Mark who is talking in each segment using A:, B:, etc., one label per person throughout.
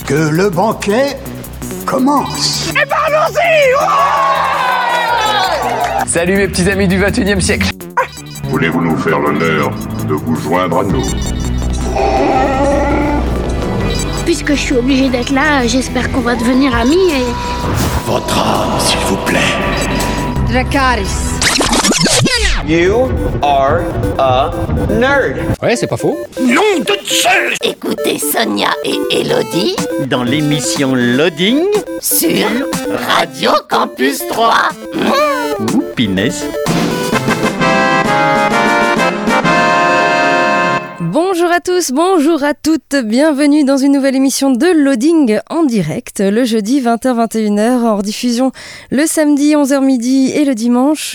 A: Que le banquet commence.
B: Et parlons-y.
C: Salut mes petits amis du 21e siècle.
D: Voulez-vous nous faire l'honneur de vous joindre à nous?
E: Puisque je suis obligée d'être là, j'espère qu'on va devenir amis et...
F: Votre âme, s'il vous plaît.
G: Dracarys.
H: You are a nerd.
C: Ouais, c'est pas faux.
F: Nom de Zeus!
I: Écoutez Sonia et Elodie
H: Dans l'émission Loading
I: sur Radio Campus 3.
H: Ouh, pinesse.
G: Bonjour à tous, bonjour à toutes, bienvenue dans une nouvelle émission de Loading en direct, le jeudi 20h-21h, en rediffusion le samedi 11h midi et le dimanche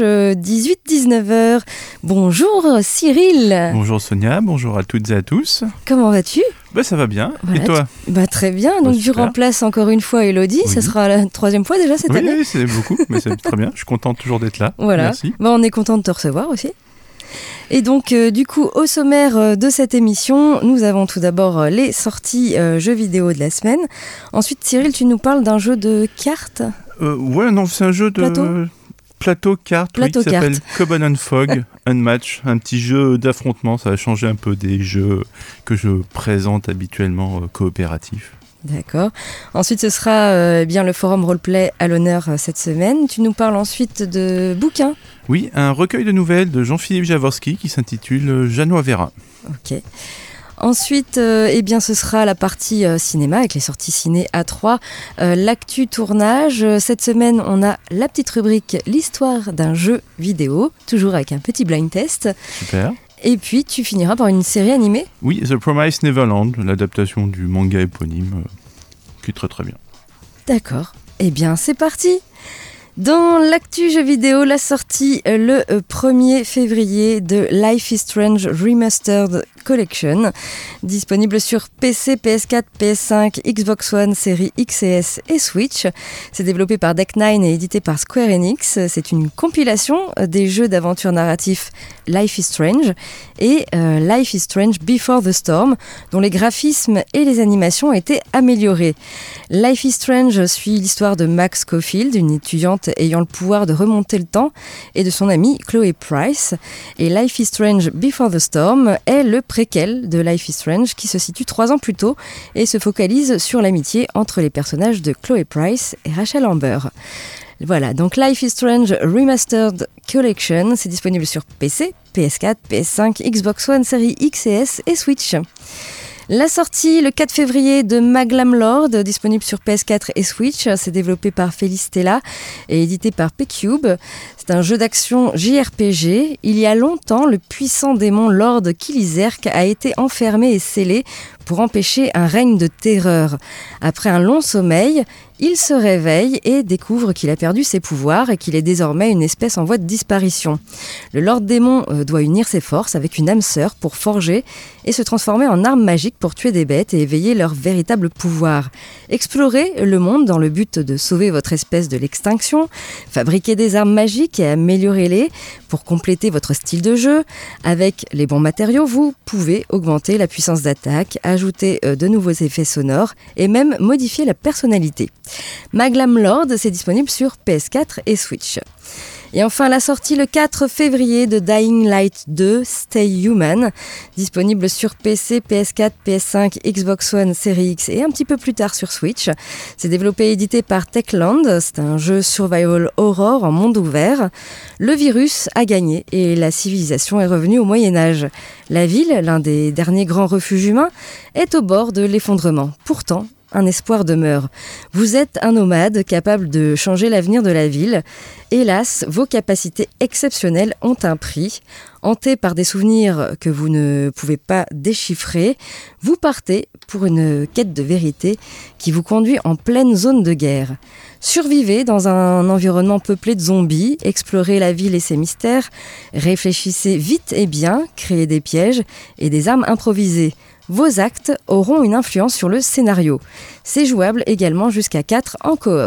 G: 18-19h. Bonjour Cyril.
J: Bonjour Sonia, bonjour à toutes et à tous.
G: Comment vas-tu ?
J: Ça va bien,
G: voilà,
J: et toi ?
G: Très bien, donc tu remplaces encore une fois Elodie,
J: oui.
G: Ça sera la troisième fois déjà cette année.
J: Oui, c'est beaucoup, mais c'est très bien, je suis content toujours d'être là.
G: Voilà.
J: Merci.
G: On est content de te recevoir aussi. Et donc, du coup, au sommaire de cette émission, nous avons tout d'abord les sorties jeux vidéo de la semaine. Ensuite, Cyril, tu nous parles d'un jeu de cartes.
J: C'est un jeu de plateau cartes, qui s'appelle Covenant Fog Unmatch, un petit jeu d'affrontement. Ça va changer un peu des jeux que je présente habituellement coopératifs.
G: D'accord. Ensuite, ce sera bien le forum roleplay à l'honneur cette semaine. Tu nous parles ensuite de bouquins. Oui,
J: un recueil de nouvelles de Jean-Philippe Jaworski qui s'intitule Jeannot Vera.
G: Ok. Ensuite, ce sera la partie cinéma avec les sorties ciné A3, l'actu tournage. Cette semaine, on a la petite rubrique l'histoire d'un jeu vidéo, toujours avec un petit blind test.
J: Super.
G: Et puis, tu finiras par une série animée ?
J: Oui, The Promised Neverland, l'adaptation du manga éponyme, qui est très très bien.
G: D'accord. Eh bien, c'est parti ! Dans l'actu jeux vidéo, la sortie le 1er février de Life is Strange Remastered Collection, disponible sur PC, PS4, PS5, Xbox One, série X et S et Switch. C'est développé par Deck9 et édité par Square Enix. C'est une compilation des jeux d'aventure narratif Life is Strange et Life is Strange Before the Storm, dont les graphismes et les animations ont été améliorés. Life is Strange suit l'histoire de Max Scofield, une étudiante ayant le pouvoir de remonter le temps, et de son amie Chloe Price. Et Life is Strange Before the Storm est le préquel de Life is Strange qui se situe 3 ans plus tôt et se focalise sur l'amitié entre les personnages de Chloe Price et Rachel Amber. Voilà, donc Life is Strange Remastered Collection, c'est disponible sur PC, PS4, PS5, Xbox One, série X et S et Switch. La sortie le 4 février de Maglam Lord, disponible sur PS4 et Switch. C'est développé par Felistella et édité par P-Cube. C'est un jeu d'action JRPG. Il y a longtemps, le puissant démon Lord Kilizerk a été enfermé et scellé pour empêcher un règne de terreur. Après un long sommeil, il se réveille et découvre qu'il a perdu ses pouvoirs et qu'il est désormais une espèce en voie de disparition. Le Lord Démon doit unir ses forces avec une âme sœur pour forger et se transformer en arme magique pour tuer des bêtes et éveiller leur véritable pouvoir. Explorez le monde dans le but de sauver votre espèce de l'extinction, fabriquer des armes magiques et améliorer-les pour compléter votre style de jeu. Avec les bons matériaux, vous pouvez augmenter la puissance d'attaque, ajouter de nouveaux effets sonores et même modifier la personnalité. Maglam Lord, c'est disponible sur PS4 et Switch. Et enfin, la sortie le 4 février de Dying Light 2, Stay Human, disponible sur PC, PS4, PS5, Xbox One, série X et un petit peu plus tard sur Switch. C'est développé et édité par Techland, c'est un jeu survival horror en monde ouvert. Le virus a gagné et la civilisation est revenue au Moyen-Âge. La ville, l'un des derniers grands refuges humains, est au bord de l'effondrement. Pourtant, un espoir demeure. Vous êtes un nomade capable de changer l'avenir de la ville. Hélas, vos capacités exceptionnelles ont un prix. Hanté par des souvenirs que vous ne pouvez pas déchiffrer, vous partez pour une quête de vérité qui vous conduit en pleine zone de guerre. Survivez dans un environnement peuplé de zombies, explorez la ville et ses mystères, réfléchissez vite et bien, créez des pièges et des armes improvisées. Vos actes auront une influence sur le scénario. C'est jouable également jusqu'à 4 en coop.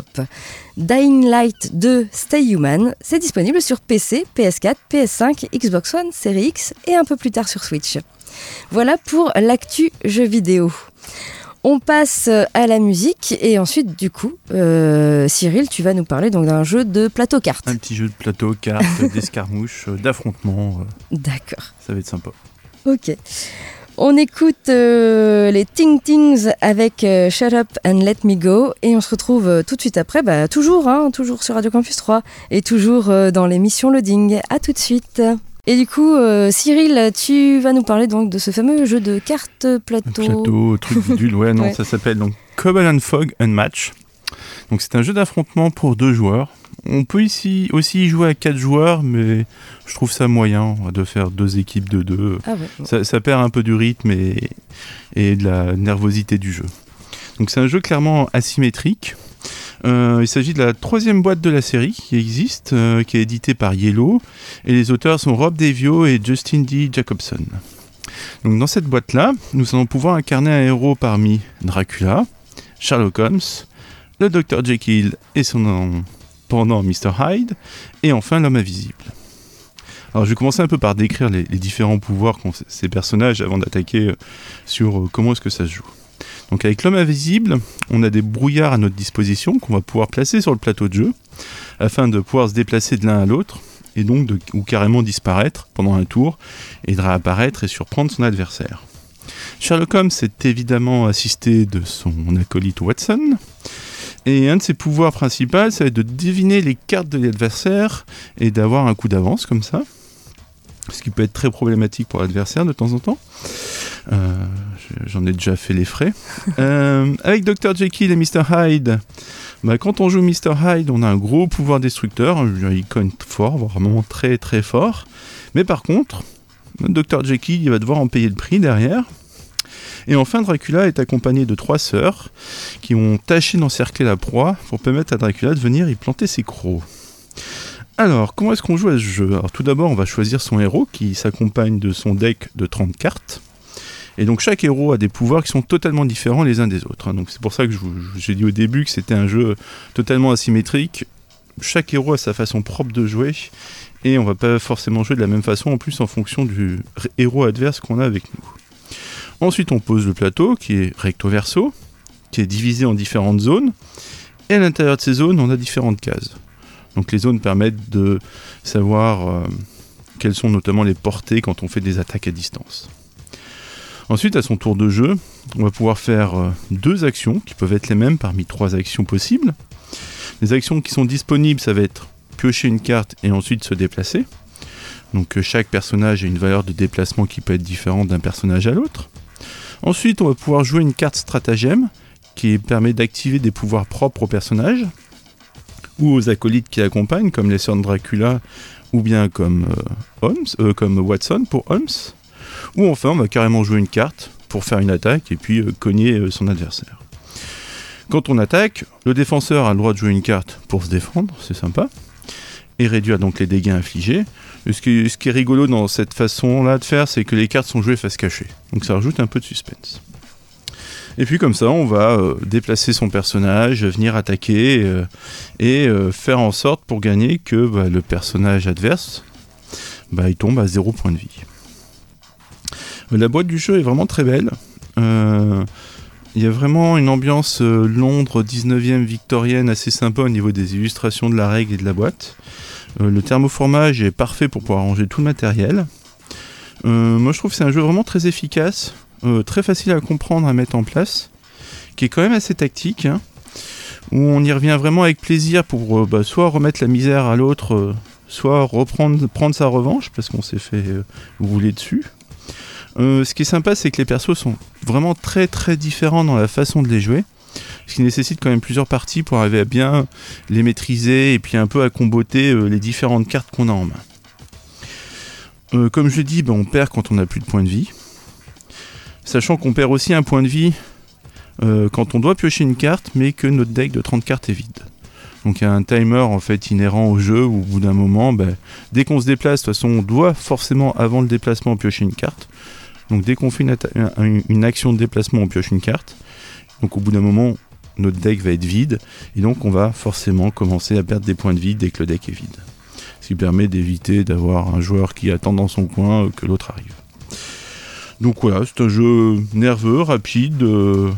G: Dying Light 2 Stay Human, c'est disponible sur PC, PS4, PS5, Xbox One, Series X et un peu plus tard sur Switch. Voilà pour l'actu jeux vidéo. On passe à la musique et ensuite du coup, Cyril, tu vas nous parler donc d'un jeu de plateau cartes.
J: Un petit jeu de plateau cartes, d'escarmouches, d'affrontements.
G: D'accord.
J: Ça va être sympa.
G: Ok. On écoute les Ting Tings avec Shut Up and Let Me Go et on se retrouve tout de suite après, toujours sur Radio Campus 3 et toujours dans l'émission Loading. À tout de suite. Et du coup, Cyril, tu vas nous parler donc de ce fameux jeu de cartes plateau.
J: Truc bidule, ouais. Ça s'appelle donc Cobble & Fog Unmatch. Donc c'est un jeu d'affrontement pour 2 joueurs. On peut ici aussi y jouer à 4 joueurs, mais je trouve ça moyen de faire 2 équipes de 2.
G: Ah ouais.
J: Ça perd un peu du rythme et de la nervosité du jeu. Donc c'est un jeu clairement asymétrique. Il s'agit de la 3e boîte de la série qui existe, qui est éditée par Yellow, et les auteurs sont Rob Daviau et Justin D. Jacobson. Donc dans cette boîte-là, nous allons pouvoir incarner un héros parmi Dracula, Sherlock Holmes, le Dr Jekyll et son pendant Mr Hyde, et enfin l'homme invisible. Alors je vais commencer un peu par décrire les différents pouvoirs qu'ont ces personnages avant d'attaquer sur comment est-ce que ça se joue. Donc avec l'homme invisible, on a des brouillards à notre disposition qu'on va pouvoir placer sur le plateau de jeu afin de pouvoir se déplacer de l'un à l'autre et donc ou carrément disparaître pendant un tour et de réapparaître et surprendre son adversaire. Sherlock Holmes est évidemment assisté de son acolyte Watson. Et un de ses pouvoirs principaux, ça va être de deviner les cartes de l'adversaire et d'avoir un coup d'avance comme ça. Ce qui peut être très problématique pour l'adversaire de temps en temps. J'en ai déjà fait les frais. Avec Dr Jekyll et Mr Hyde, quand on joue Mr Hyde, on a un gros pouvoir destructeur. Il cogne fort, vraiment très très fort. Mais par contre, Dr Jekyll il va devoir en payer le prix derrière. Et enfin, Dracula est accompagné de 3 sœurs qui ont tâché d'encercler la proie pour permettre à Dracula de venir y planter ses crocs. Alors, comment est-ce qu'on joue à ce jeu ? Alors, tout d'abord, on va choisir son héros qui s'accompagne de son deck de 30 cartes. Et donc, chaque héros a des pouvoirs qui sont totalement différents les uns des autres. Donc, c'est pour ça que j'ai dit au début que c'était un jeu totalement asymétrique. Chaque héros a sa façon propre de jouer. Et on va pas forcément jouer de la même façon, en plus en fonction du héros adverse qu'on a avec nous. Ensuite, on pose le plateau, qui est recto-verso, qui est divisé en différentes zones. Et à l'intérieur de ces zones, on a différentes cases. Donc les zones permettent de savoir quelles sont notamment les portées quand on fait des attaques à distance. Ensuite, à son tour de jeu, on va pouvoir faire 2 actions, qui peuvent être les mêmes parmi 3 actions possibles. Les actions qui sont disponibles, ça va être piocher une carte et ensuite se déplacer. Donc chaque personnage a une valeur de déplacement qui peut être différente d'un personnage à l'autre. Ensuite, on va pouvoir jouer une carte stratagème qui permet d'activer des pouvoirs propres au personnage ou aux acolytes qui l'accompagnent, comme les sœurs de Dracula ou bien comme Watson pour Holmes. Ou enfin, on va carrément jouer une carte pour faire une attaque et puis cogner son adversaire. Quand on attaque, le défenseur a le droit de jouer une carte pour se défendre, c'est sympa, et réduire donc les dégâts infligés. Ce qui est rigolo dans cette façon-là de faire, c'est que les cartes sont jouées face cachée. Donc ça rajoute un peu de suspense. Et puis comme ça, on va déplacer son personnage, venir attaquer et faire en sorte pour gagner que le personnage adverse, il tombe à 0 point de vie. La boîte du jeu est vraiment très belle. Il y a vraiment une ambiance Londres 19e victorienne assez sympa au niveau des illustrations de la règle et de la boîte. Le thermoformage est parfait pour pouvoir ranger tout le matériel. Moi je trouve que c'est un jeu vraiment très efficace, très facile à comprendre, à mettre en place, qui est quand même assez tactique, où on y revient vraiment avec plaisir pour soit remettre la misère à l'autre, soit prendre sa revanche, parce qu'on s'est fait rouler dessus. Ce qui est sympa, c'est que les persos sont vraiment très très différents dans la façon de les jouer, ce qui nécessite quand même plusieurs parties pour arriver à bien les maîtriser et puis un peu à comboter les différentes cartes qu'on a en main. Comme je l'ai dit, on perd quand on n'a plus de points de vie, sachant qu'on perd aussi un point de vie quand on doit piocher une carte mais que notre deck de 30 cartes est vide. Donc il y a un timer en fait inhérent au jeu où au bout d'un moment, dès qu'on se déplace, de toute façon on doit forcément avant le déplacement piocher une carte. Donc dès qu'on fait une action de déplacement, on pioche une carte. Donc au bout d'un moment, notre deck va être vide. Et donc on va forcément commencer à perdre des points de vie dès que le deck est vide. Ce qui permet d'éviter d'avoir un joueur qui attend dans son coin que l'autre arrive. Donc voilà, c'est un jeu nerveux, rapide,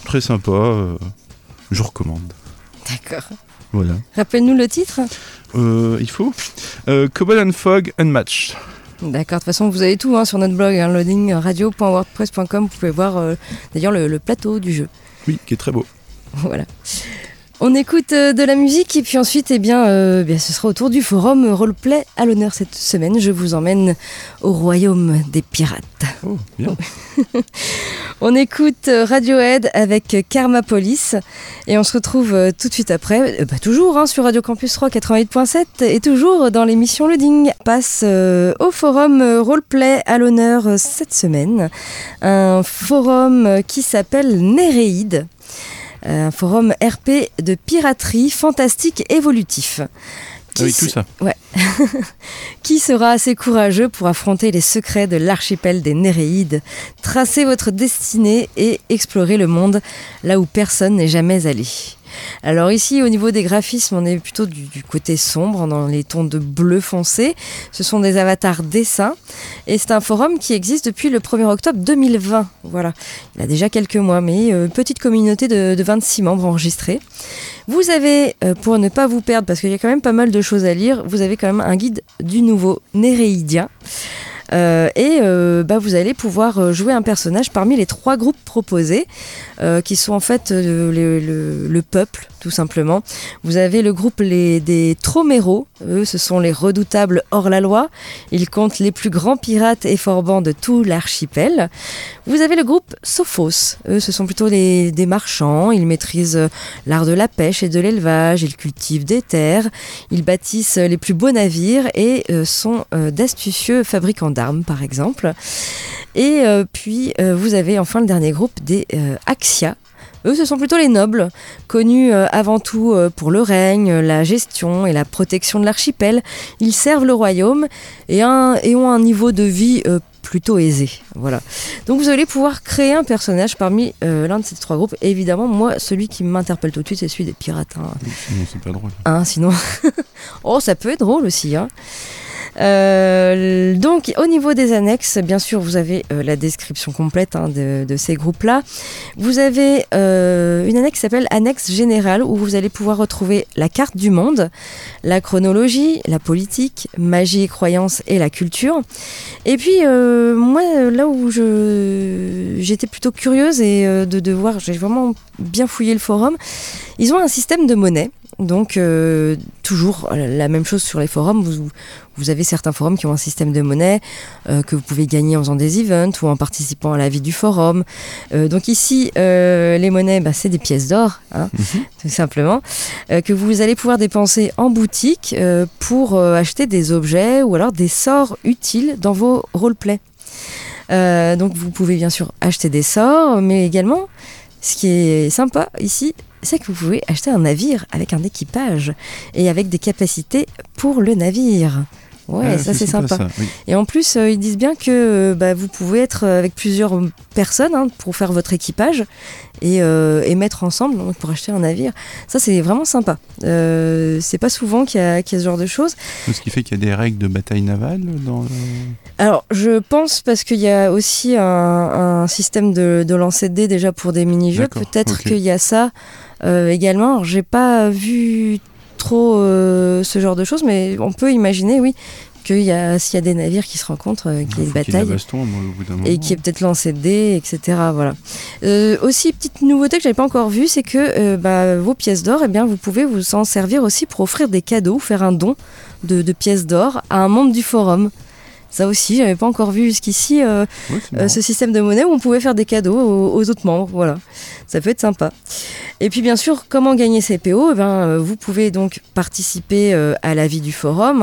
J: très sympa. Je recommande.
G: D'accord.
J: Voilà.
G: Rappelle-nous le titre.
H: Il faut
J: Cobalt & Fog Unmatched.
G: D'accord, de toute façon vous avez tout sur notre blog, loadingradio.wordpress.com, vous pouvez voir d'ailleurs le plateau du jeu.
J: Oui, qui est très beau.
G: Voilà. On écoute de la musique et puis ensuite ce sera au tour du forum roleplay à l'honneur cette semaine. Je vous emmène au royaume des pirates.
J: Oh, bien.
G: On écoute Radiohead avec Karma Police et on se retrouve tout de suite après, toujours sur Radio Campus 3 88.7 et toujours dans l'émission Loading. Passe au forum roleplay à l'honneur cette semaine, un forum qui s'appelle Néréide. Un forum RP de piraterie fantastique évolutif.
J: Oui, tout ça.
G: Ouais. Qui sera assez courageux pour affronter les secrets de l'archipel des Néréides, tracer votre destinée et explorer le monde là où personne n'est jamais allé. Alors ici, au niveau des graphismes, on est plutôt du côté sombre, dans les tons de bleu foncé. Ce sont des avatars dessins. Et c'est un forum qui existe depuis le 1er octobre 2020. Voilà, il y a déjà quelques mois, mais une petite communauté de 26 membres enregistrés. Vous avez, pour ne pas vous perdre, parce qu'il y a quand même pas mal de choses à lire, vous avez quand même un guide du nouveau Néréidien. Vous allez pouvoir jouer un personnage parmi les 3 groupes proposés qui sont en fait le peuple tout simplement. Vous avez le groupe des Troméros, eux ce sont les redoutables hors-la-loi, ils comptent les plus grands pirates et forbans de tout l'archipel. Vous avez le groupe Sophos, eux ce sont plutôt des marchands, ils maîtrisent l'art de la pêche et de l'élevage, ils cultivent des terres, ils bâtissent les plus beaux navires et sont d'astucieux fabricants d'armes par exemple. Et puis vous avez enfin le dernier groupe des Axia. Eux, ce sont plutôt les nobles, connus avant tout pour le règne, la gestion et la protection de l'archipel. Ils servent le royaume et ont un niveau de vie plutôt aisé. Voilà. Donc vous allez pouvoir créer un personnage parmi l'un de ces 3 groupes. Et évidemment, moi, celui qui m'interpelle tout de suite, c'est celui des pirates.
J: Sinon, c'est pas drôle.
G: Sinon... oh, ça peut être drôle aussi, donc au niveau des annexes, bien sûr vous avez la description complète de ces groupes-là. Vous avez une annexe qui s'appelle annexe générale où vous allez pouvoir retrouver la carte du monde, la chronologie, la politique, magie et croyances et la culture. Et puis moi là où j'étais plutôt curieuse et de voir, j'ai vraiment bien fouillé le forum, ils ont un système de monnaie. Donc toujours la même chose sur les forums, vous avez certains forums qui ont un système de monnaie que vous pouvez gagner en faisant des events ou en participant à la vie du forum. Donc ici les monnaies c'est des pièces d'or tout simplement que vous allez pouvoir dépenser en boutique pour acheter des objets ou alors des sorts utiles dans vos roleplays. Donc vous pouvez bien sûr acheter des sorts, mais également ce qui est sympa ici, c'est que vous pouvez acheter un navire avec un équipage et avec des capacités pour le navire. Ouais, ça c'est sympa. Ça, oui. Et en plus, ils disent bien que vous pouvez être avec plusieurs personnes pour faire votre équipage et mettre ensemble pour acheter un navire. Ça c'est vraiment sympa. C'est pas souvent qu'il y a ce genre de choses.
J: Ce qui fait qu'il y a des règles de bataille navale dans le...
G: Alors je pense parce qu'il y a aussi un système de lancer de dés déjà pour des mini-jeux. D'accord, peut-être qu'il y a ça également. Alors, j'ai pas vu trop ce genre de choses, mais on peut imaginer, oui, s'il y a des navires qui se rencontrent, qu'il y ait une bataille, et qu'il y ait peut-être lancé de dés, etc. Voilà. Aussi, petite nouveauté que j'avais pas encore vue, c'est que vos pièces d'or, vous pouvez vous en servir aussi pour offrir des cadeaux, faire un don de pièces d'or à un membre du forum. Ça aussi, j'avais pas encore vu jusqu'ici ce système de monnaie où on pouvait faire des cadeaux aux autres membres. Voilà, ça peut être sympa. Et puis bien sûr, comment gagner ces PO ? Vous pouvez donc participer à la vie du forum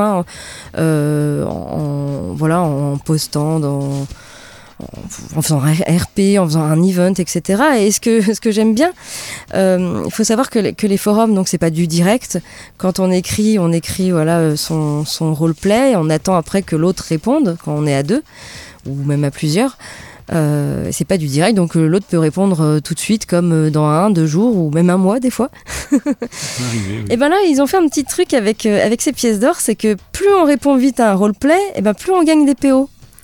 G: en postant en faisant un RP, en faisant un event, etc. Et ce que j'aime bien, il faut savoir que les forums, donc c'est pas du direct. Quand on écrit son roleplay, on attend après que l'autre réponde quand on est à 2 ou même à plusieurs. C'est pas du direct, donc l'autre peut répondre tout de suite, comme dans 1-2 jours ou même un mois des fois. Arrivé, oui. Et là ils ont fait un petit truc avec ces pièces d'or, c'est que plus on répond vite à un roleplay, plus on gagne des PO.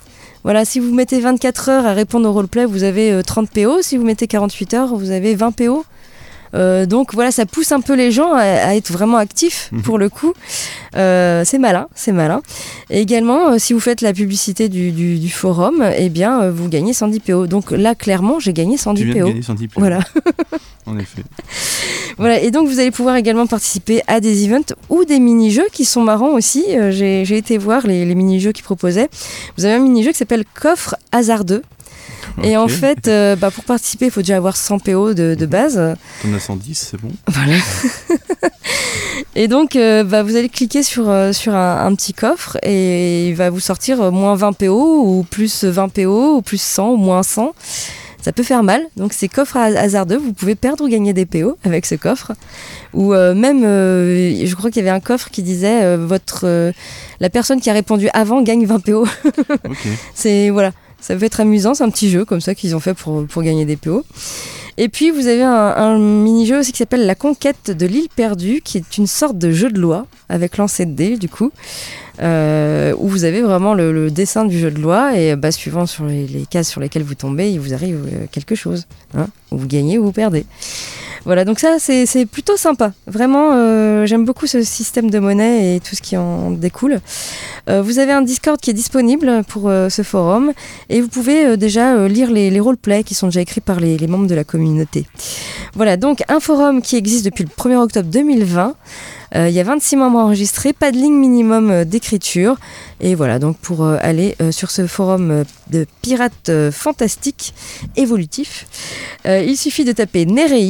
G: Voilà, si vous mettez 24 heures à répondre au roleplay, vous avez 30 PO. Si vous mettez 48 heures, vous avez 20 PO. Donc voilà, ça pousse un peu les gens à être vraiment actifs pour le coup. C'est malin. Et également, si vous faites la publicité du forum, eh bien, vous gagnez 110 PO. Donc là, clairement, j'ai gagné 110 PO.
J: Tu viens de gagner 110 PO.
G: Voilà.
J: En effet.
G: Voilà, et donc vous allez pouvoir également participer à des events ou des mini-jeux qui sont marrants aussi. J'ai été voir les mini-jeux qu'ils proposaient. Vous avez un mini-jeu qui s'appelle Coffre hasardeux. Okay. Et en fait, pour participer, il faut déjà avoir 100 PO de base.
J: T'en as 110, c'est bon.
G: Voilà. Et donc, vous allez cliquer sur un petit coffre et il va vous sortir moins 20 PO ou plus 20 PO ou plus 100 ou moins 100. Ça peut faire mal, donc c'est coffre hasardeux, vous pouvez perdre ou gagner des PO avec ce coffre. Ou même, je crois qu'il y avait un coffre qui disait la personne qui a répondu avant gagne 20 PO. Okay. Voilà, ça peut être amusant, c'est un petit jeu comme ça qu'ils ont fait pour gagner des PO. Et puis vous avez un mini-jeu aussi qui s'appelle La Conquête de l'île perdue, qui est une sorte de jeu de loi avec lancer de dés du coup. Où vous avez vraiment le dessin du jeu de loi et suivant sur les cases sur lesquelles vous tombez, il vous arrive quelque chose, hein, ou vous gagnez ou vous perdez. Voilà, donc ça c'est plutôt sympa. Vraiment, j'aime beaucoup ce système de monnaie et tout ce qui en découle. Vous avez un Discord qui est disponible pour ce forum et vous pouvez déjà lire les roleplays qui sont déjà écrits par les membres de la communauté. Voilà, donc un forum qui existe depuis le 1er octobre 2020. Il y a 26 membres enregistrés, pas de ligne minimum d'écriture. Et voilà, donc pour aller sur ce forum de pirates fantastiques évolutifs, il suffit de taper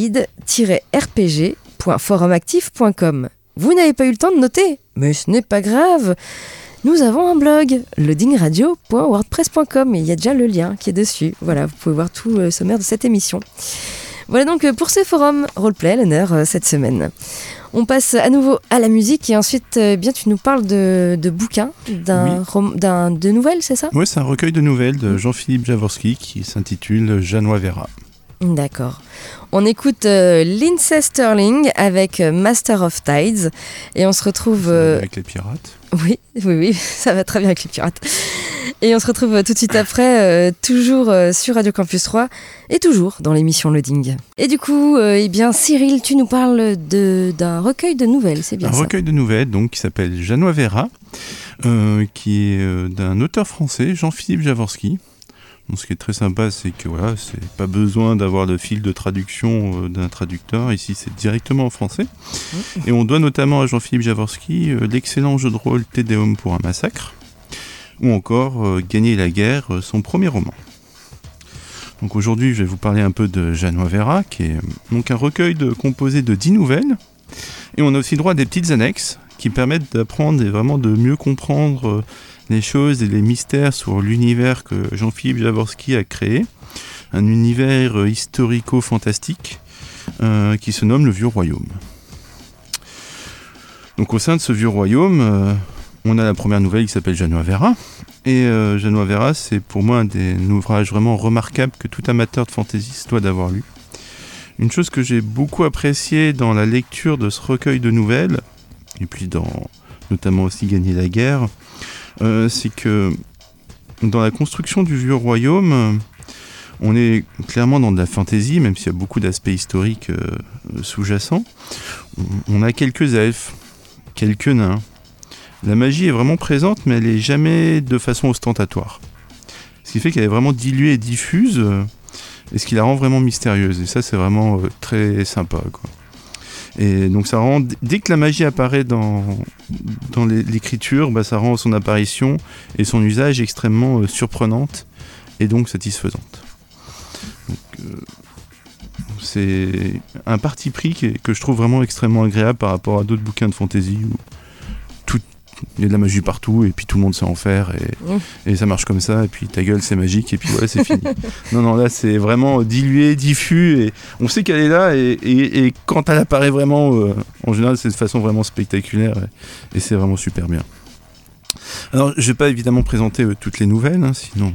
G: nereid-rpg.forumactif.com. Vous n'avez pas eu le temps de noter, mais ce n'est pas grave. Nous avons un blog, loadingradio.wordpress.com, et il y a déjà le lien qui est dessus. Voilà, vous pouvez voir tout le sommaire de cette émission. Voilà donc pour ce forum roleplay à l'honneur cette semaine. On passe à nouveau à la musique et ensuite, tu nous parles de bouquins, de nouvelles, c'est ça ?
J: Oui, c'est un recueil de nouvelles de Jean-Philippe Jaworski qui s'intitule January Vera.
G: D'accord. On écoute Lindsey Stirling avec Master of Tides et on se retrouve...
J: Avec les pirates.
G: Oui, ça va très bien avec les pirates. Et on se retrouve tout de suite après, toujours sur Radio Campus 3 et toujours dans l'émission Loading. Et du coup, Cyril, tu nous parles d'un recueil de nouvelles, c'est bien ça ? Un
J: recueil de nouvelles donc, qui s'appelle January Vera, qui est d'un auteur français, Jean-Philippe Jaworski. Donc, ce qui est très sympa, c'est que voilà, c'est pas besoin d'avoir le fil de traduction d'un traducteur. Ici, c'est directement en français. Et on doit notamment à Jean-Philippe Jaworski l'excellent jeu de rôle Tédéum pour un massacre, ou encore Gagner la guerre, son premier roman. Donc aujourd'hui, je vais vous parler un peu de January Vera, qui est donc un recueil composé de 10 nouvelles. Et on a aussi droit à des petites annexes qui permettent d'apprendre et vraiment de mieux comprendre les choses et les mystères sur l'univers que Jean-Philippe Jaworski a créé. Un univers historico-fantastique qui se nomme le Vieux Royaume. Donc au sein de ce Vieux Royaume, on a la première nouvelle qui s'appelle January Vera. Et January Vera, c'est pour moi un des ouvrages vraiment remarquables que tout amateur de fantasy doit d'avoir lu. Une chose que j'ai beaucoup appréciée dans la lecture de ce recueil de nouvelles, et puis notamment aussi Gagner la guerre, c'est que dans la construction du Vieux Royaume, on est clairement dans de la fantasy, même s'il y a beaucoup d'aspects historiques sous-jacents. On a quelques elfes, quelques nains. La magie est vraiment présente, mais elle n'est jamais de façon ostentatoire. Ce qui fait qu'elle est vraiment diluée et diffuse, et ce qui la rend vraiment mystérieuse. Et ça, c'est vraiment très sympa, quoi. Et donc ça rend, dès que la magie apparaît dans l'écriture, ça rend son apparition et son usage extrêmement surprenante et donc satisfaisante. Donc, c'est un parti pris que je trouve vraiment extrêmement agréable par rapport à d'autres bouquins de fantasy où il y a de la magie partout et puis tout le monde sait en faire et ça marche comme ça et puis ta gueule c'est magique et puis voilà c'est fini. Non là c'est vraiment dilué, diffus et on sait qu'elle est là et quand elle apparaît vraiment en général c'est de façon vraiment spectaculaire et c'est vraiment super bien. Alors je vais pas évidemment présenter toutes les nouvelles sinon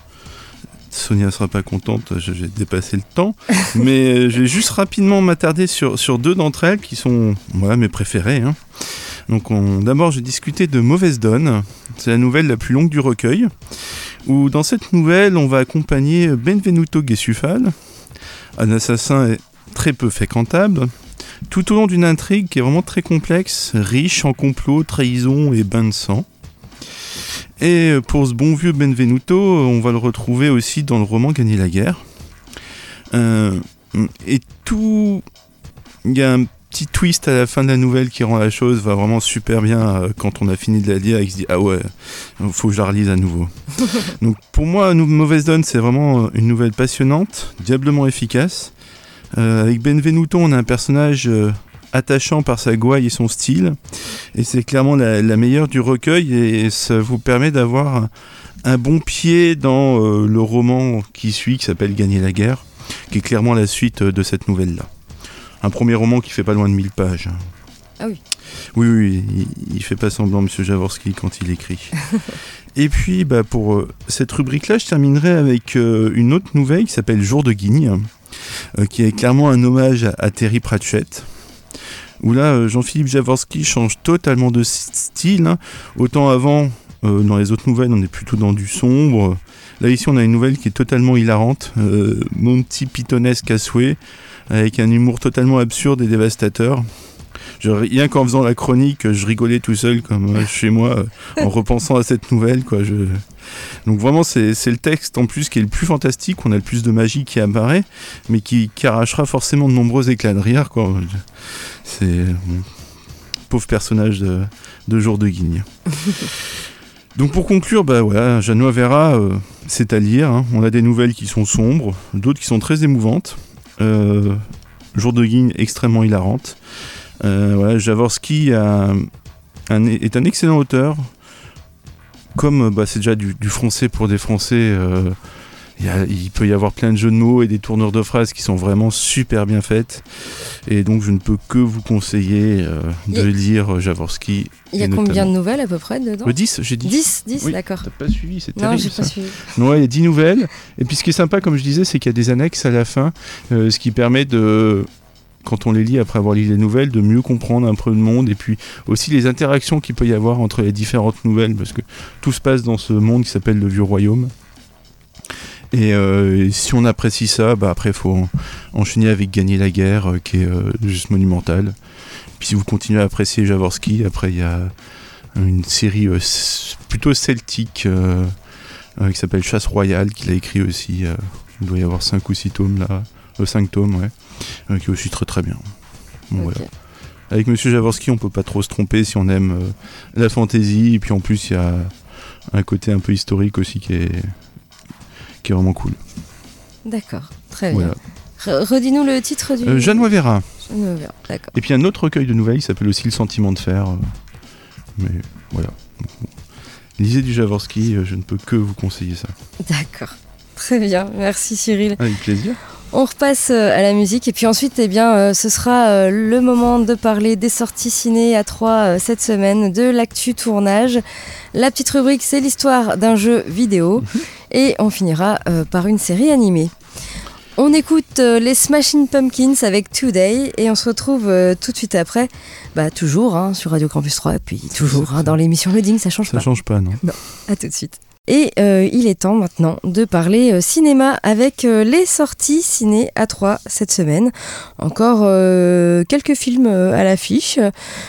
J: Sonia sera pas contente, j'ai dépassé le temps, mais je vais juste rapidement m'attarder sur deux d'entre elles qui sont mes préférées. Donc d'abord, j'ai discuté de Mauvaise Donne, c'est la nouvelle la plus longue du recueil, où dans cette nouvelle, on va accompagner Benvenuto Gesufal, un assassin très peu fréquentable, tout au long d'une intrigue qui est vraiment très complexe, riche en complots, trahisons et bains de sang. Et pour ce bon vieux Benvenuto, on va le retrouver aussi dans le roman Gagner la guerre. Et tout... Il y a un petit twist à la fin de la nouvelle qui rend la chose va vraiment super bien quand on a fini de la lire et qu'il se dit « Ah ouais, faut que je la relise à nouveau ». Donc pour moi, Mauvaise Donne, c'est vraiment une nouvelle passionnante, diablement efficace. Avec Benvenuto, on a un personnage attachant par sa gouaille et son style, et c'est clairement la meilleure du recueil, et ça vous permet d'avoir un bon pied dans le roman qui suit, qui s'appelle Gagner la guerre, qui est clairement la suite de cette nouvelle-là. Un premier roman qui fait pas loin de 1000 pages.
G: Ah oui.
J: Oui, il fait pas semblant, Monsieur Jaworski, quand il écrit. Et puis, pour cette rubrique-là, je terminerai avec une autre nouvelle qui s'appelle Jour de Guigne, qui est clairement un hommage à Terry Pratchett, où là, Jean-Philippe Jaworski change totalement de style. Hein. Autant avant, dans les autres nouvelles, on est plutôt dans du sombre. Là, ici, on a une nouvelle qui est totalement hilarante, Monty Pythonesque à souhait, avec un humour totalement absurde et dévastateur. Rien qu'en faisant la chronique, je rigolais tout seul comme chez moi en repensant à cette nouvelle, quoi. Donc vraiment c'est le texte en plus qui est le plus fantastique, on a le plus de magie qui apparaît, mais qui arrachera forcément de nombreux éclats de rire, quoi. C'est pauvre personnage de Jour de Guigne. Donc pour conclure, voilà, Jeannot Vera, c'est à lire, hein. On a des nouvelles qui sont sombres, d'autres qui sont très émouvantes. Jour de Guigne extrêmement hilarante. Voilà, Jaworski est un excellent auteur. Comme c'est déjà du français pour des Français, il peut y avoir plein de jeux de mots et des tournures de phrases qui sont vraiment super bien faites. Et donc je ne peux que vous conseiller de lire Jaworski.
G: Il y a combien de nouvelles à peu près dedans ?
J: 10, j'ai dit.
G: 10,
J: oui,
G: d'accord.
J: T'as pas suivi, c'est terrible.
G: Non, j'ai pas suivi.
J: Non, il y a 10 nouvelles. Et puis ce qui est sympa, comme je disais, c'est qu'il y a des annexes à la fin, ce qui permet de... quand on les lit après avoir lu les nouvelles, de mieux comprendre un peu le monde, et puis aussi les interactions qu'il peut y avoir entre les différentes nouvelles, parce que tout se passe dans ce monde qui s'appelle le Vieux Royaume. Et si on apprécie ça, après il faut enchaîner avec Gagner la guerre, qui est juste monumental. Puis si vous continuez à apprécier Jaworski, après il y a une série plutôt celtique qui s'appelle Chasse Royale, qu'il a écrit aussi. Il doit y avoir 5 ou 6 tomes là. 5 tomes, ouais, qui est aussi très très bien. Bon, okay. Voilà. Avec Monsieur Jaworski, on peut pas trop se tromper si on aime la fantasy, et puis en plus il y a un côté un peu historique aussi qui est vraiment cool.
G: D'accord, très bien. Voilà. Redis-nous le titre du...
J: Jeannot Vera.
G: Jeannot Vera, d'accord.
J: Et puis un autre recueil de nouvelles qui s'appelle aussi Le Sentiment de Fer. Mais voilà. Lisez du Jaworski, je ne peux que vous conseiller ça.
G: D'accord. Très bien, merci Cyril.
J: Avec plaisir.
G: On repasse à la musique et puis ensuite ce sera le moment de parler des sorties ciné à 3 cette semaine, de l'actu tournage. La petite rubrique, c'est l'histoire d'un jeu vidéo et on finira par une série animée. On écoute les Smashing Pumpkins avec Today et on se retrouve tout de suite après, toujours sur Radio Campus 3 et puis toujours dans l'émission Loading, ça change pas.
J: Ça change pas, non.
G: Non, à tout de suite. Et il est temps maintenant de parler cinéma avec les sorties ciné à 3 cette semaine. Encore quelques films à l'affiche.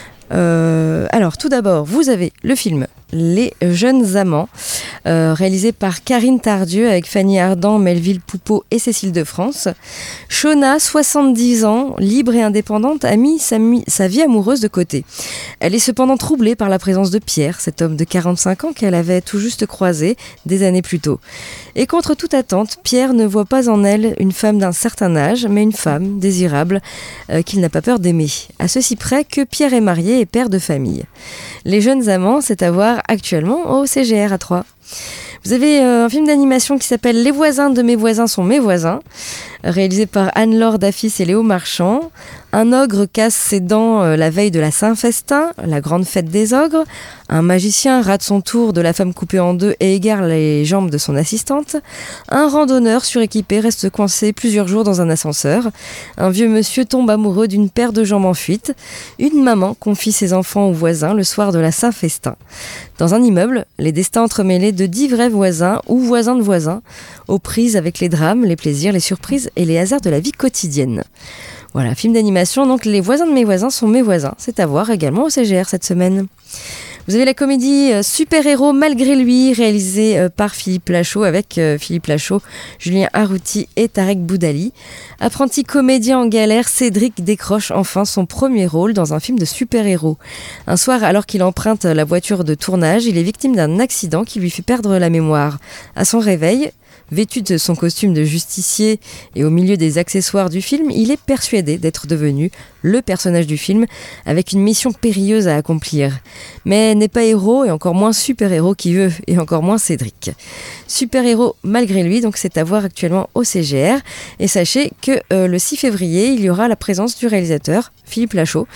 G: Alors tout d'abord, vous avez le film Les Jeunes Amants, réalisé par Karine Tardieu avec Fanny Ardant, Melville Poupeau et Cécile de France. Shona, 70 ans, libre et indépendante, a mis sa vie amoureuse de côté. Elle est cependant troublée par la présence de Pierre, cet homme de 45 ans qu'elle avait tout juste croisé des années plus tôt. Et contre toute attente, Pierre ne voit pas en elle une femme d'un certain âge, mais une femme désirable qu'il n'a pas peur d'aimer. À ceci près que Pierre est marié et père de famille. Les Jeunes Amants, c'est à voir actuellement au CGR à 3. Vous avez un film d'animation qui s'appelle Les voisins de mes voisins sont mes voisins, réalisé par Anne-Laure Dafis et Léo Marchand. Un ogre casse ses dents la veille de la Saint-Festin, la grande fête des ogres. Un magicien rate son tour de la femme coupée en deux et égare les jambes de son assistante. Un randonneur suréquipé reste coincé plusieurs jours dans un ascenseur. Un vieux monsieur tombe amoureux d'une paire de jambes en fuite. Une maman confie ses enfants aux voisins le soir de la Saint-Festin. Dans un immeuble, les destins entremêlés de 10 vrais voisins ou voisins de voisins, aux prises avec les drames, les plaisirs, les surprises et les hasards de la vie quotidienne. Voilà, film d'animation, donc Les voisins de mes voisins sont mes voisins. C'est à voir également au CGR cette semaine. Vous avez la comédie Super-héros malgré lui, réalisée par Philippe Lachaud avec Philippe Lachaud, Julien Arrouti et Tarek Boudali. Apprenti comédien en galère, Cédric décroche enfin son premier rôle dans un film de super-héros. Un soir, alors qu'il emprunte la voiture de tournage, il est victime d'un accident qui lui fait perdre la mémoire. À son réveil, vêtu de son costume de justicier et au milieu des accessoires du film, il est persuadé d'être devenu le personnage du film avec une mission périlleuse à accomplir. Mais n'est pas héros et encore moins super-héros qui veut, et encore moins Cédric. Super-héros malgré lui, donc c'est à voir actuellement au CGR. Et sachez que le 6 février, il y aura la présence du réalisateur Philippe Lachaud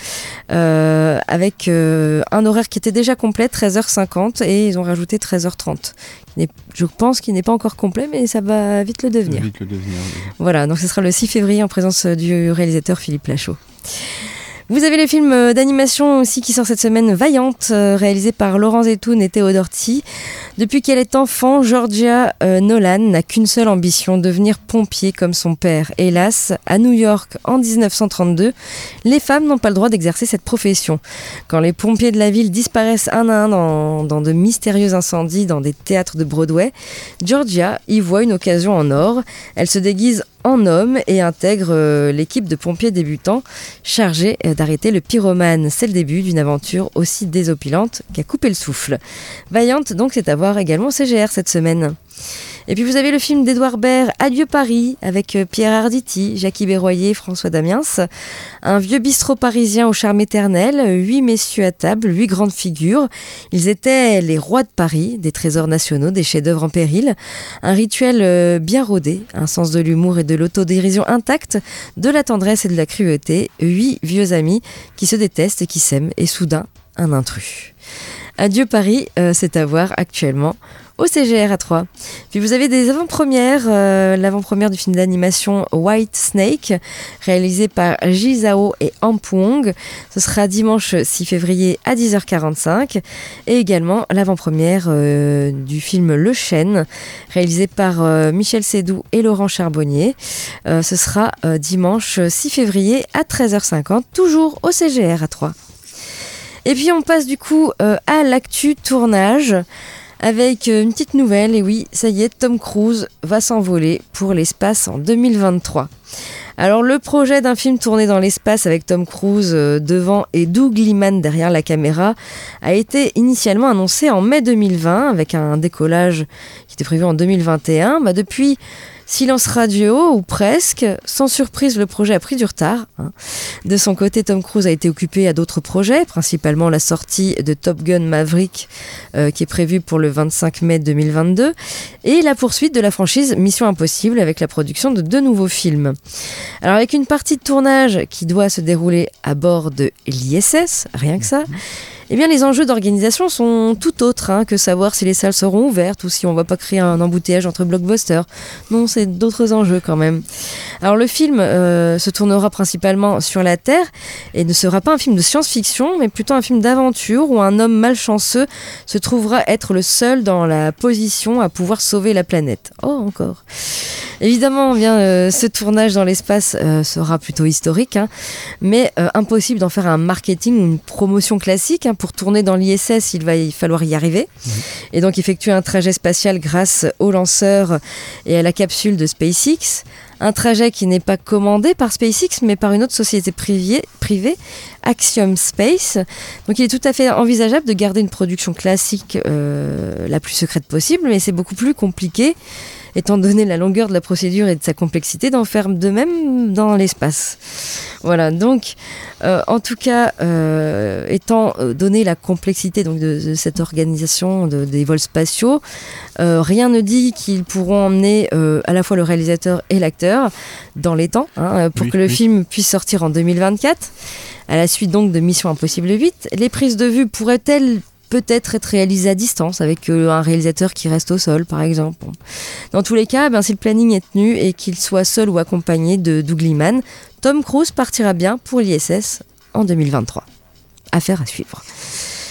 G: avec un horaire qui était déjà complet, 13h50, et ils ont rajouté 13h30. Je pense qu'il n'est pas encore complet, mais ça va vite le devenir.
J: Oui.
G: Voilà, donc ce sera le 6 février en présence du réalisateur Philippe Lachaud. Vous avez le film d'animation aussi qui sort cette semaine, Vaillante, réalisé par Laurent Zetoun et Théo Dorty. Depuis qu'elle est enfant, Georgia Nolan n'a qu'une seule ambition, devenir pompier comme son père. Hélas, à New York en 1932, les femmes n'ont pas le droit d'exercer cette profession. Quand les pompiers de la ville disparaissent un à un dans de mystérieux incendies dans des théâtres de Broadway, Georgia y voit une occasion en or. Elle se déguise en homme et intègre l'équipe de pompiers débutants chargés d'arrêter le pyromane. C'est le début d'une aventure aussi désopilante qu'à couper le souffle. Vaillante, donc, c'est à voir également au CGR cette semaine. Et puis vous avez le film d'Édouard Baird, Adieu Paris, avec Pierre Arditi, Jackie Berroyer, François Damiens. Un vieux bistrot parisien au charme éternel, 8 messieurs à table, 8 grandes figures. Ils étaient les rois de Paris, des trésors nationaux, des chefs-d'œuvre en péril. Un rituel bien rodé, un sens de l'humour et de l'autodérision intact, de la tendresse et de la cruauté. 8 vieux amis qui se détestent et qui s'aiment, et soudain, un intrus. Adieu Paris, c'est à voir actuellement au CGR à 3. Puis vous avez des avant-premières, l'avant-première du film d'animation White Snake, réalisé par Ji Zhao et Amp Wong. Ce sera dimanche 6 février à 10h45. Et également l'avant-première du film Le Chêne, réalisé par Michel Sédou et Laurent Charbonnier. Ce sera dimanche 6 février à 13h50, toujours au CGR à 3. Et puis on passe du coup à l'actu tournage, avec une petite nouvelle, et oui, ça y est, Tom Cruise va s'envoler pour l'espace en 2023. Alors le projet d'un film tourné dans l'espace avec Tom Cruise devant et Doug Liman derrière la caméra a été initialement annoncé en mai 2020 avec un décollage qui était prévu en 2021. Depuis, silence radio ou presque, sans surprise le projet a pris du retard. De son côté, Tom Cruise a été occupé à d'autres projets, principalement la sortie de Top Gun Maverick qui est prévue pour le 25 mai 2022 et la poursuite de la franchise Mission Impossible avec la production de 2 nouveaux films. Alors avec une partie de tournage qui doit se dérouler à bord de l'ISS, rien que ça, eh bien les enjeux d'organisation sont tout autres que savoir si les salles seront ouvertes ou si on ne va pas créer un embouteillage entre blockbusters. Non, c'est d'autres enjeux quand même. Alors le film se tournera principalement sur la Terre et ne sera pas un film de science-fiction, mais plutôt un film d'aventure où un homme malchanceux se trouvera être le seul dans la position à pouvoir sauver la planète. Oh, encore. Évidemment, ce tournage dans l'espace sera plutôt historique, mais impossible d'en faire un marketing ou une promotion classique. Pour tourner dans l'ISS, il va falloir y arriver. Et donc effectuer un trajet spatial grâce au lanceur et à la capsule de SpaceX. Un trajet qui n'est pas commandé par SpaceX, mais par une autre société privée, Axiom Space. Donc il est tout à fait envisageable de garder une production classique la plus secrète possible, mais c'est beaucoup plus compliqué, étant donné la longueur de la procédure et de sa complexité, d'en faire de même dans l'espace. Voilà, donc en tout cas, étant donné la complexité donc, de cette organisation des vols spatiaux, rien ne dit qu'ils pourront emmener à la fois le réalisateur et l'acteur dans les temps, pour que le film puisse sortir en 2024, à la suite donc de Mission Impossible 8. Les prises de vue pourraient-elles peut-être être réalisé à distance avec un réalisateur qui reste au sol par exemple. Dans tous les cas, si le planning est tenu et qu'il soit seul ou accompagné de Doug Liman, Tom Cruise partira bien pour l'ISS en 2023. Affaire à suivre.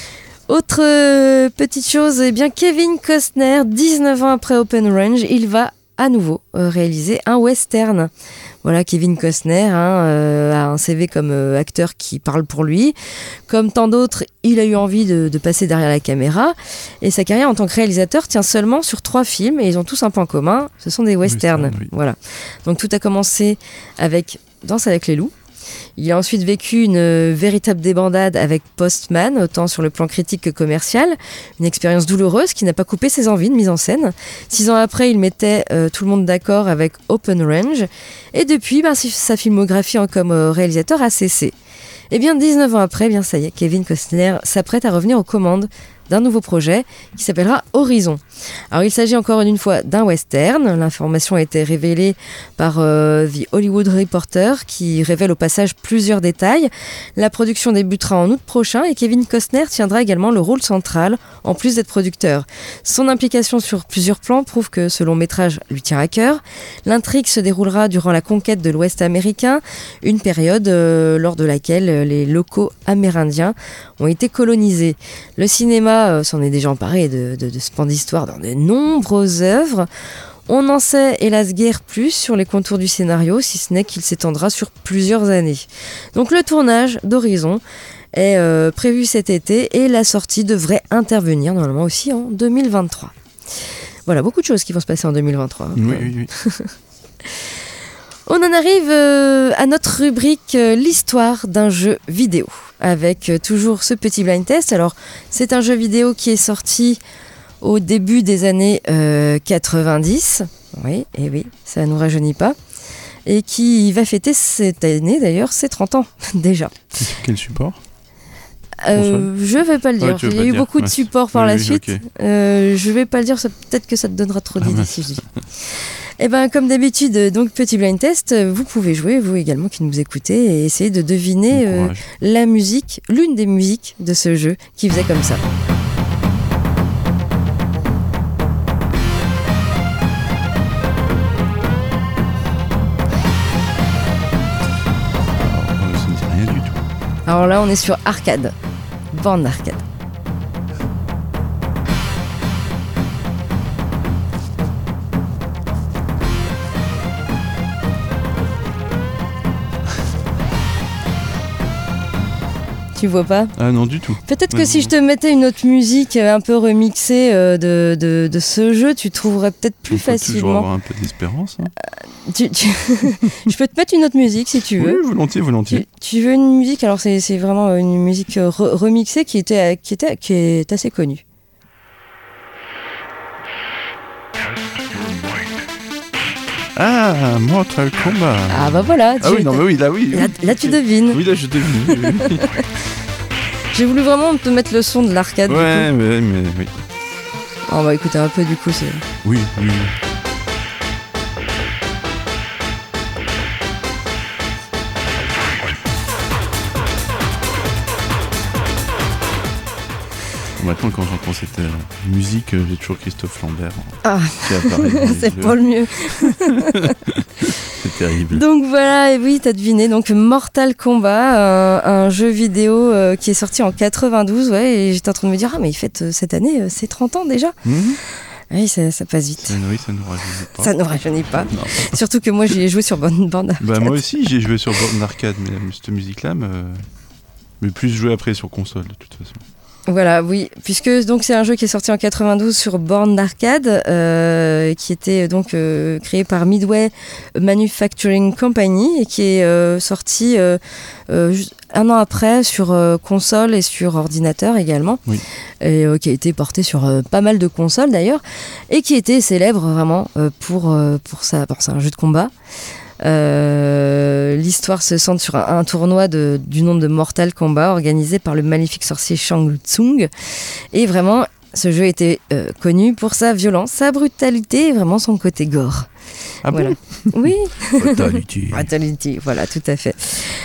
G: Autre petite chose, eh bien Kevin Costner, 19 ans après Open Range, il va à nouveau réaliser un western. Voilà, Kevin Costner a un CV comme acteur qui parle pour lui. Comme tant d'autres, il a eu envie de passer derrière la caméra. Et sa carrière en tant que réalisateur tient seulement sur 3 films. Et ils ont tous un point commun, ce sont des westerns. Oui. Voilà. Donc tout a commencé avec Danse avec les loups. Il a ensuite vécu une véritable débandade avec Postman, autant sur le plan critique que commercial. Une expérience douloureuse qui n'a pas coupé ses envies de mise en scène. 6 ans après, il mettait tout le monde d'accord avec Open Range. Et depuis, sa filmographie comme réalisateur a cessé. Et bien 19 ans après, bien ça y est, Kevin Costner s'apprête à revenir aux commandes d'un nouveau projet qui s'appellera Horizon. Alors il s'agit encore une fois d'un western. L'information a été révélée par The Hollywood Reporter qui révèle au passage plusieurs détails. La production débutera en août prochain et Kevin Costner tiendra également le rôle central en plus d'être producteur. Son implication sur plusieurs plans prouve que ce long métrage lui tient à cœur. L'intrigue se déroulera durant la conquête de l'Ouest américain, une période lors de laquelle les locaux amérindiens ont été colonisés. Le cinéma s'en est déjà emparé de splendides histoires dans de nombreuses œuvres. On n'en sait hélas guère plus sur les contours du scénario, si ce n'est qu'il s'étendra sur plusieurs années. Donc le tournage d'Horizon est prévu cet été et la sortie devrait intervenir normalement aussi en 2023. Voilà, beaucoup de choses qui vont se passer en 2023.
J: Oui.
G: On en arrive à notre rubrique l'histoire d'un jeu vidéo, avec toujours ce petit blind test. Alors, c'est un jeu vidéo qui est sorti au début des années 90. Oui, ça ne nous rajeunit pas. Et qui va fêter cette année, d'ailleurs, ses 30 ans, déjà.
J: Quel support ?
G: Je vais pas le dire. Il y a eu beaucoup de supports par la suite.
J: Okay.
G: Je vais pas le dire, peut-être que ça te donnera trop d'idées si je dis. Et ben comme d'habitude, donc petit blind test, vous pouvez jouer, vous également qui nous écoutez, et essayer de deviner la musique, l'une des musiques de ce jeu qui faisait comme ça.
J: Ça ne dit rien du tout.
G: Alors là, on est sur arcade, borne d'arcade. Tu vois pas ?
J: Ah non, du tout.
G: Peut-être que si je te mettais une autre musique un peu remixée de ce jeu, tu trouverais peut-être plus facilement.
J: Toujours avoir un peu d'espérance. Hein.
G: Je peux te mettre une autre musique si tu veux.
J: Oui, volontiers.
G: Tu veux une musique ? Alors c'est vraiment une musique remixée qui est assez connue.
J: Ah, Mortal Kombat.
G: Ah bah voilà. Là tu devines.
J: Oui, là je devine.
G: J'ai voulu vraiment te mettre le son de l'arcade.
J: Ouais, mais oui.
G: On va écouter un peu du coup.
J: Oui. Maintenant, quand j'entends cette musique, j'ai toujours Christophe Lambert qui apparaît.
G: C'est pas le mieux.
J: C'est terrible.
G: Donc voilà, et oui, t'as deviné. Donc Mortal Kombat, un jeu vidéo qui est sorti en 92. Ouais, et j'étais en train de me dire, mais il fête cette année ses 30 ans déjà. Oui, ça passe vite.
J: Ça nous rajeunit pas.
G: Ça nous rajeunit pas. Surtout que moi, j'y ai joué sur bande arcade.
J: Bah, moi aussi, j'ai joué sur bande arcade, mais cette musique-là, mais plus joué après sur console, de toute façon.
G: Voilà, oui, puisque donc c'est un jeu qui est sorti en 92 sur borne d'arcade, qui était donc créé par Midway Manufacturing Company et qui est sorti un an après sur console et sur ordinateur également,
J: oui.
G: Et qui a été porté sur pas mal de consoles d'ailleurs, et qui était célèbre vraiment pour ça. C'est un jeu de combat. L'histoire se centre sur un tournoi du nom de Mortal Kombat organisé par le maléfique sorcier Shang Tsung, et vraiment ce jeu était connu pour sa violence, sa brutalité et vraiment son côté gore.
J: Ah
G: voilà.
J: Bon
G: Oui.
J: Brutality,
G: voilà, tout à fait.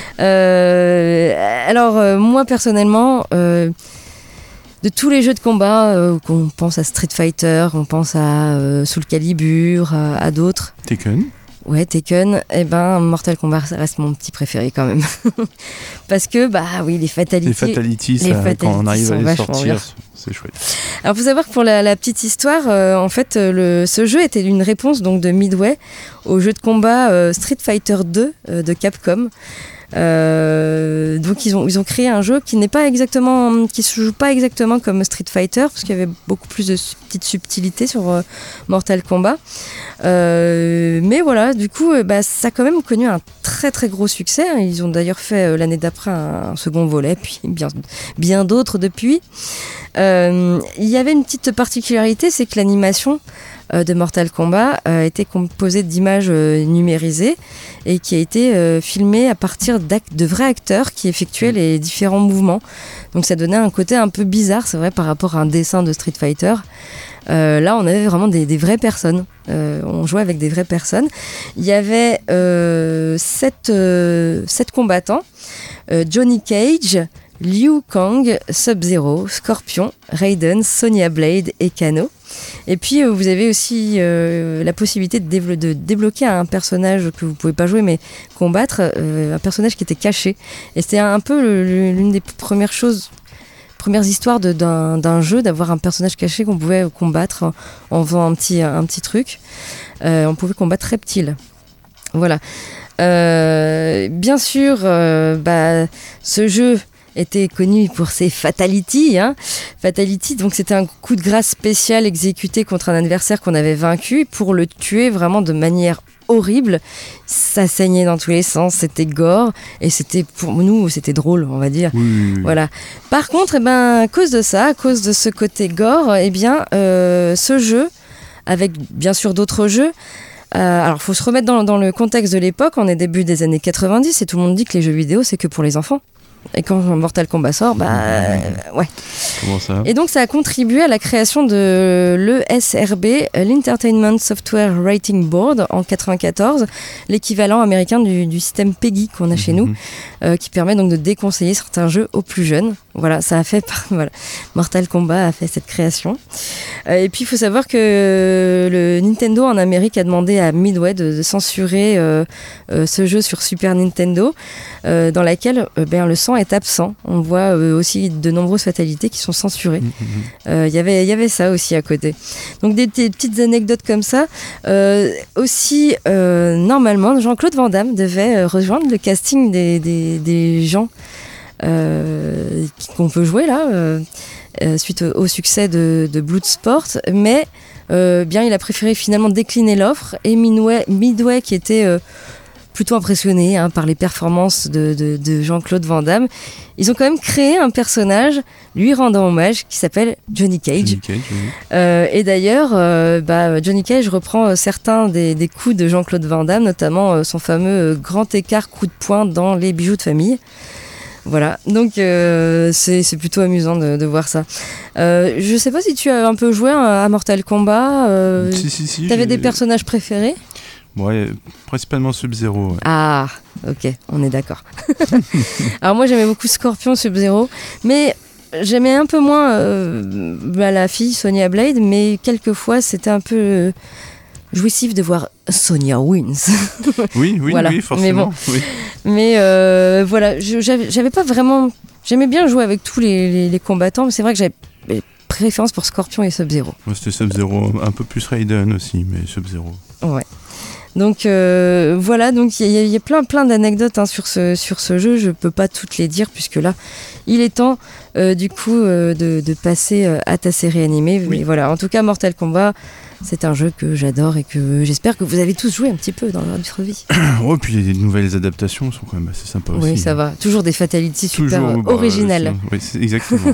G: Alors moi personnellement, de tous les jeux de combat, qu'on pense à Street Fighter, on pense à Soul Calibur, à d'autres.
J: Tekken.
G: Ouais, Tekken, Mortal Kombat reste mon petit préféré quand même. Parce que, oui, les fatalities...
J: Quand on arrive à les sortir, c'est chouette.
G: Alors, il faut savoir que pour la petite histoire, en fait, ce jeu était une réponse donc, de Midway au jeu de combat Street Fighter 2 de Capcom. Donc ils ont créé un jeu qui se joue pas exactement comme Street Fighter parce qu'il y avait beaucoup plus de petites subtilités sur Mortal Kombat, mais voilà, du coup ça a quand même connu un très très gros succès. Ils ont d'ailleurs fait l'année d'après un second volet, puis bien d'autres depuis. Il y avait une petite particularité, c'est que l'animation de Mortal Kombat était composée d'images numérisées et qui a été filmée à partir de vrais acteurs qui effectuaient les différents mouvements. Donc ça donnait un côté un peu bizarre, c'est vrai, par rapport à un dessin de Street Fighter. Là, on avait vraiment des vraies personnes. On jouait avec des vraies personnes. Il y avait 7 combattants. Johnny Cage, Liu Kang, Sub-Zero, Scorpion, Raiden, Sonya Blade et Kano. Et puis vous avez aussi la possibilité de débloquer un personnage que vous pouvez pas jouer mais combattre, un personnage qui était caché. Et c'était un peu l'une des premières histoires d'un jeu, d'avoir un personnage caché qu'on pouvait combattre en faisant un petit truc. On pouvait combattre Reptile. Voilà. Bien sûr, ce jeu était connu pour ses fatalities. Fatality, donc c'était un coup de grâce spécial exécuté contre un adversaire qu'on avait vaincu pour le tuer vraiment de manière horrible. Ça saignait dans tous les sens, c'était gore et pour nous c'était drôle, on va dire.
J: Oui.
G: Voilà. Par contre, à cause de ce côté gore, ce jeu, avec bien sûr d'autres jeux. Alors, faut se remettre dans le contexte de l'époque. On est début des années 90 et tout le monde dit que les jeux vidéo c'est que pour les enfants. Et quand Mortal Kombat sort, ouais.
J: Comment ça ?
G: Et donc ça a contribué à la création de l'ESRB, l'Entertainment Software Rating Board, en 94, l'équivalent américain du système PEGI qu'on a chez nous, qui permet donc de déconseiller certains jeux aux plus jeunes. Voilà, ça a fait, Mortal Kombat a fait cette création. Et puis il faut savoir que le Nintendo en Amérique a demandé à Midway de censurer ce jeu sur Super Nintendo, dans laquelle le sang est absent. On voit aussi de nombreuses fatalités qui sont censurées. Il y avait ça aussi à côté. Donc des petites anecdotes comme ça. Aussi, normalement, Jean-Claude Van Damme devait rejoindre le casting des gens qu'on peut jouer là, suite au succès de Bloodsport, mais il a préféré finalement décliner l'offre, et Midway qui était plutôt impressionné par les performances de Jean-Claude Van Damme, ils ont quand même créé un personnage lui rendant hommage qui s'appelle Johnny Cage. Et d'ailleurs, Johnny Cage reprend certains des coups de Jean-Claude Van Damme, notamment son fameux grand écart coup de poing dans Les Bijoux de famille. Voilà, donc c'est plutôt amusant de voir ça. Je sais pas si tu as un peu joué à Mortal Kombat.
J: Si.
G: T'avais des personnages préférés ?
J: Ouais, principalement Sub-Zero. Ouais.
G: Ah, ok, on est d'accord. Alors moi j'aimais beaucoup Scorpion, Sub-Zero, mais j'aimais un peu moins la fille Sonya Blade, mais quelquefois c'était un peu jouissif de voir Sonya wins.
J: Oui,
G: voilà.
J: Oui, forcément.
G: Mais voilà, j'avais pas vraiment... J'aimais bien jouer avec tous les combattants, mais c'est vrai que j'avais préférence pour Scorpion et Sub-Zero.
J: Moi c'était Sub-Zero, un peu plus Raiden aussi, mais Sub-Zero.
G: Ouais. Donc voilà, donc il y a plein d'anecdotes sur ce jeu. Je peux pas toutes les dire puisque là, il est temps du coup de passer à ta série animée. Oui. Mais voilà, en tout cas, Mortal Kombat, c'est un jeu que j'adore et que j'espère que vous avez tous joué un petit peu dans votre vie.
J: Ouais, puis les nouvelles adaptations sont quand même assez sympas aussi.
G: Oui, ça va. Toujours des fatalities super originales.
J: Oui, c'est exactement.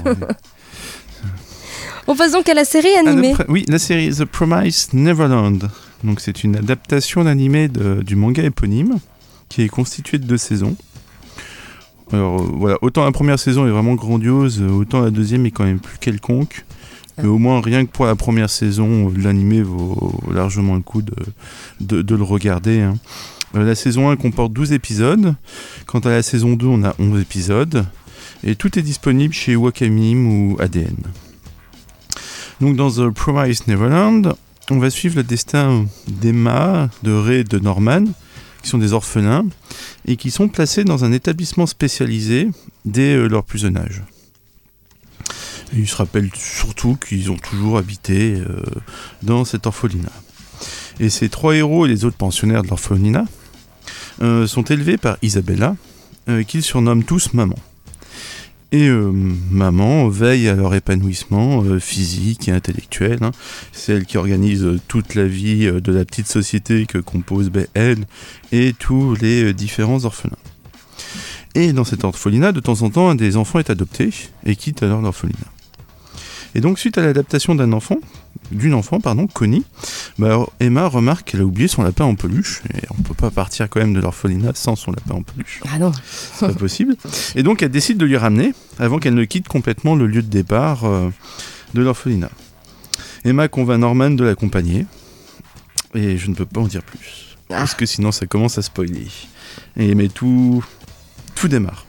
G: On passe donc à la série animée.
J: Oui, la série The Promised Neverland. Donc c'est une adaptation d'animé du manga éponyme qui est constitué de 2 saisons. Alors voilà, autant la première saison est vraiment grandiose, autant la deuxième est quand même plus quelconque. Mais au moins rien que pour la première saison, l'animé vaut largement le coup de le regarder. La saison 1 comporte 12 épisodes. Quant à la saison 2, on a 11 épisodes. Et tout est disponible chez Wakanim ou ADN. Donc dans The Promised Neverland, on va suivre le destin d'Emma, de Ray et de Norman, qui sont des orphelins, et qui sont placés dans un établissement spécialisé dès leur plus jeune âge. Et ils se rappellent surtout qu'ils ont toujours habité dans cet orphelinat. Et ces 3 héros et les autres pensionnaires de l'orphelinat sont élevés par Isabella, qu'ils surnomment tous Maman. Et Maman veille à leur épanouissement physique et intellectuel. Hein. C'est elle qui organise toute la vie de la petite société que compose elle et tous les différents orphelins. Et dans cet orphelinat, de temps en temps, un des enfants est adopté et quitte alors l'orphelinat. Et donc, suite à l'adaptation d'une enfant, Connie, Emma remarque qu'elle a oublié son lapin en peluche. Et on ne peut pas partir quand même de l'orphelinat sans son lapin en peluche.
G: Ah non.
J: C'est pas possible. Et donc, elle décide de lui ramener avant qu'elle ne quitte complètement le lieu de départ de l'orphelinat. Emma convainc Norman de l'accompagner. Et je ne peux pas en dire plus. Parce que sinon, ça commence à spoiler. Mais tout démarre.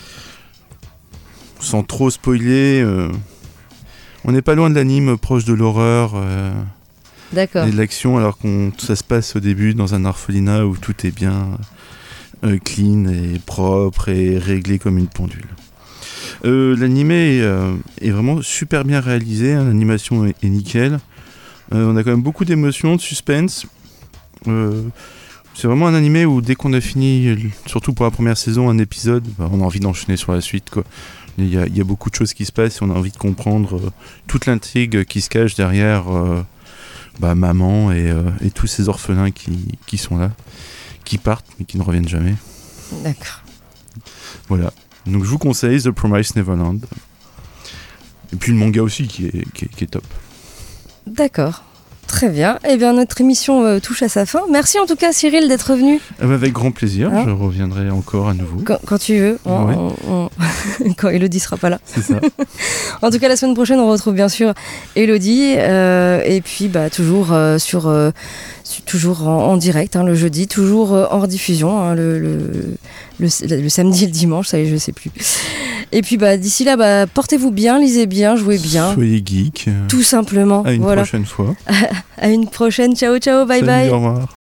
J: Sans trop spoiler... On n'est pas loin de l'anime proche de l'horreur
G: D'accord.
J: Et de l'action, alors que ça se passe au début dans un orphelinat où tout est bien clean et propre et réglé comme une pendule. L'animé est vraiment super bien réalisé, hein, l'animation est nickel. On a quand même beaucoup d'émotions, de suspense. C'est vraiment un animé où dès qu'on a fini, surtout pour la première saison, un épisode, on a envie d'enchaîner sur la suite, quoi. Il y a beaucoup de choses qui se passent et on a envie de comprendre toute l'intrigue qui se cache derrière Maman et tous ces orphelins qui sont là, qui partent mais qui ne reviennent jamais.
G: D'accord.
J: Voilà. Donc je vous conseille The Promised Neverland. Et puis le manga aussi qui est top.
G: D'accord. Très bien. Eh bien, notre émission touche à sa fin. Merci en tout cas, Cyril, d'être venu.
J: Avec grand plaisir. Je reviendrai encore à nouveau.
G: Quand tu veux. Quand Élodie sera pas là.
J: C'est ça.
G: En tout cas, la semaine prochaine, on retrouve bien sûr Élodie. Et puis, toujours toujours en direct, hein, le jeudi, toujours en rediffusion, hein, le samedi et le dimanche, ça y est, je sais plus. Et puis d'ici là, portez-vous bien, lisez bien, jouez bien.
J: Soyez geek.
G: Tout simplement.
J: À une prochaine fois.
G: À une prochaine. Ciao, ciao, bye.
J: Salut,
G: bye.
J: Au revoir.